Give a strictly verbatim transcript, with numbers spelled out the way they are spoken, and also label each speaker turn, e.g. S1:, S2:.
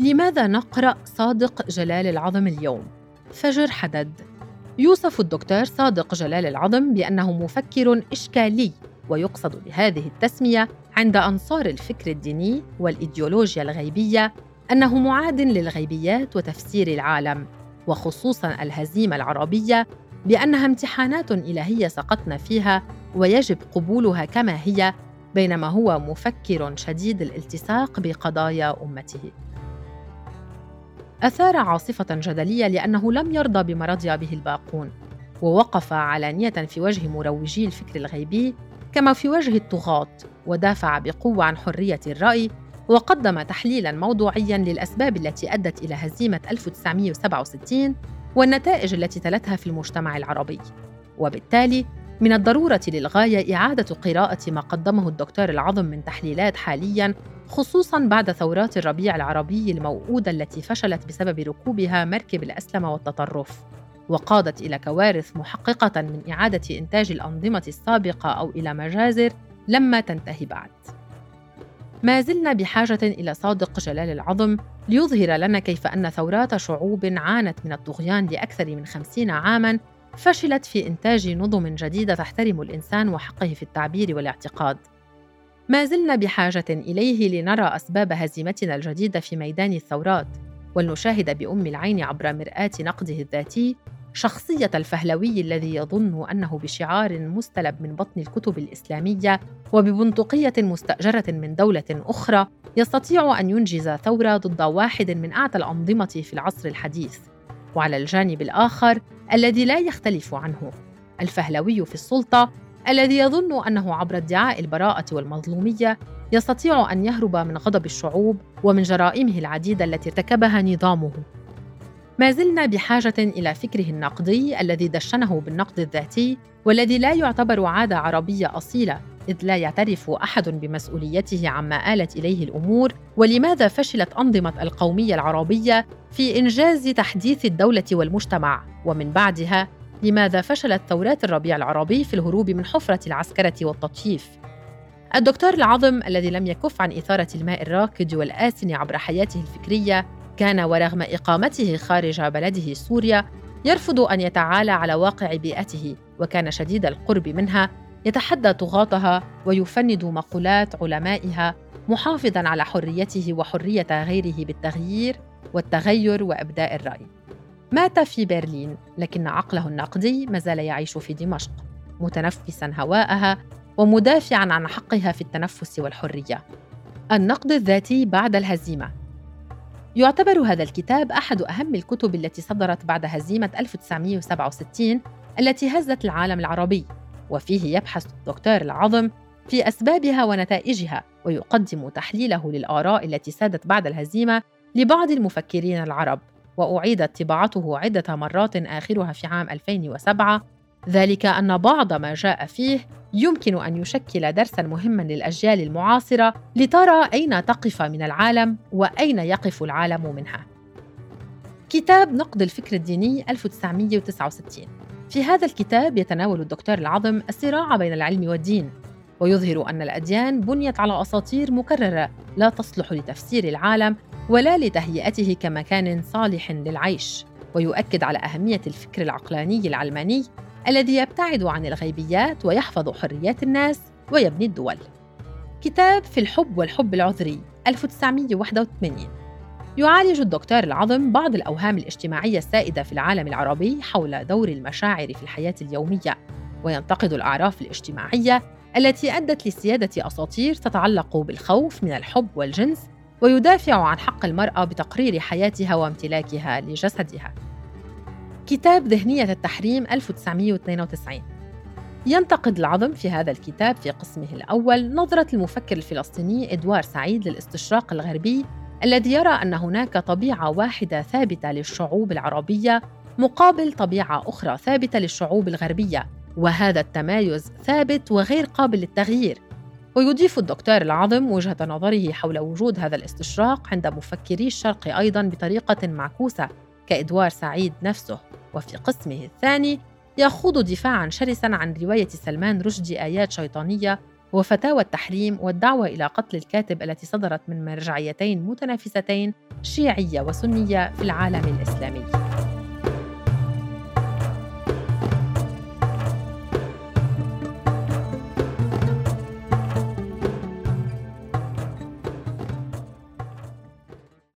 S1: لماذا نقرأ صادق جلال العظم اليوم؟ فجر حدد. يوصف الدكتور صادق جلال العظم بأنه مفكر إشكالي، ويقصد بهذه التسمية عند أنصار الفكر الديني والإيديولوجيا الغيبية أنه معاد للغيبيات وتفسير العالم، وخصوصاً الهزيمة العربية، بأنها امتحانات إلهية سقطنا فيها ويجب قبولها كما هي، بينما هو مفكر شديد الالتصاق بقضايا أمته. أثار عاصفة جدلية لأنه لم يرضى بما رضي به الباقون، ووقف علانية في وجه مروجي الفكر الغيبي كما في وجه الطغاة، ودافع بقوة عن حرية الرأي، وقدم تحليلاً موضوعياً للأسباب التي أدت إلى هزيمة ألف وتسعمائة وسبعة وستين والنتائج التي تلتها في المجتمع العربي. وبالتالي من الضرورة للغاية إعادة قراءة ما قدمه الدكتور العظم من تحليلات حالياً، خصوصاً بعد ثورات الربيع العربي الموؤودة التي فشلت بسبب ركوبها مركب الأسلمة والتطرف، وقادت إلى كوارث محققة من إعادة إنتاج الأنظمة السابقة أو إلى مجازر لما تنتهي بعد. ما زلنا بحاجة إلى صادق جلال العظم ليظهر لنا كيف أن ثورات شعوب عانت من الطغيان لأكثر من خمسين عاماً فشلت في إنتاج نظم جديدة تحترم الإنسان وحقه في التعبير والاعتقاد. ما زلنا بحاجة إليه لنرى أسباب هزيمتنا الجديدة في ميدان الثورات، ولنشاهد بأم العين عبر مرآة نقده الذاتي شخصية الفهلوي الذي يظن أنه بشعار مستلب من بطن الكتب الإسلامية وببندقية مستأجرة من دولة أخرى يستطيع أن ينجز ثورة ضد واحد من أعتى الأنظمة في العصر الحديث. وعلى الجانب الآخر الذي لا يختلف عنه الفهلوي في السلطة الذي يظن أنه عبر ادعاء البراءة والمظلومية يستطيع أن يهرب من غضب الشعوب ومن جرائمه العديدة التي ارتكبها نظامه. ما زلنا بحاجة إلى فكره النقدي الذي دشنه بالنقد الذاتي، والذي لا يعتبر عادة عربية أصيلة، إذ لا يعترف أحد بمسؤوليته عما آلت إليه الأمور، ولماذا فشلت أنظمة القومية العربية في إنجاز تحديث الدولة والمجتمع، ومن بعدها لماذا فشلت ثورات الربيع العربي في الهروب من حفرة العسكرة والتطييف. الدكتور العظم الذي لم يكف عن إثارة الماء الراكد والآسن عبر حياته الفكرية كان ورغم إقامته خارج بلده سوريا يرفض أن يتعالى على واقع بيئته، وكان شديد القرب منها، يتحدى طغاتها ويفند مقولات علمائها، محافظاً على حريته وحرية غيره بالتغيير والتغير وإبداء الرأي. مات في برلين، لكن عقله النقدي ما زال يعيش في دمشق، متنفساً هواءها ومدافعاً عن حقها في التنفس والحرية. النقد الذاتي بعد الهزيمة. يعتبر هذا الكتاب أحد أهم الكتب التي صدرت بعد هزيمة ألف وتسعمائة وسبعة وستين التي هزت العالم العربي، وفيه يبحث الدكتور العظم في أسبابها ونتائجها، ويقدم تحليله للآراء التي سادت بعد الهزيمة لبعض المفكرين العرب، وأعيدت طباعته عدة مرات آخرها في عام ألفين وسبعة، ذلك أن بعض ما جاء فيه يمكن أن يشكل درساً مهماً للأجيال المعاصرة لترى أين تقف من العالم وأين يقف العالم منها. كتاب نقد الفكر الديني ألف وتسعمائة وتسعة وستين. في هذا الكتاب يتناول الدكتور العظم الصراع بين العلم والدين، ويظهر أن الأديان بنيت على أساطير مكررة لا تصلح لتفسير العالم ولا لتهيئته كمكان صالح للعيش، ويؤكد على أهمية الفكر العقلاني العلماني الذي يبتعد عن الغيبيات ويحفظ حريات الناس ويبني الدول. كتاب في الحب والحب العذري ألف وتسعمائة وواحد وثمانين. يعالج الدكتور العظم بعض الأوهام الاجتماعية السائدة في العالم العربي حول دور المشاعر في الحياة اليومية، وينتقد الأعراف الاجتماعية التي أدت لسيادة أساطير تتعلق بالخوف من الحب والجنس، ويدافع عن حق المرأة بتقرير حياتها وامتلاكها لجسدها. كتاب ذهنية التحريم ألف وتسعمائة واثنين وتسعين. ينتقد العظم في هذا الكتاب في قسمه الأول نظرة المفكر الفلسطيني إدوار سعيد للاستشراق الغربي الذي يرى أن هناك طبيعة واحدة ثابتة للشعوب العربية مقابل طبيعة أخرى ثابتة للشعوب الغربية، وهذا التمايز ثابت وغير قابل للتغيير. ويضيف الدكتور العظم وجهة نظره حول وجود هذا الاستشراق عند مفكري الشرق أيضاً بطريقة معكوسة كإدوار سعيد نفسه. وفي قسمه الثاني يخوض دفاعاً شرساً عن رواية سلمان رشدي آيات شيطانية وفتاوى التحريم والدعوة إلى قتل الكاتب التي صدرت من مرجعيتين متنافستين شيعية وسنية في العالم الإسلامي.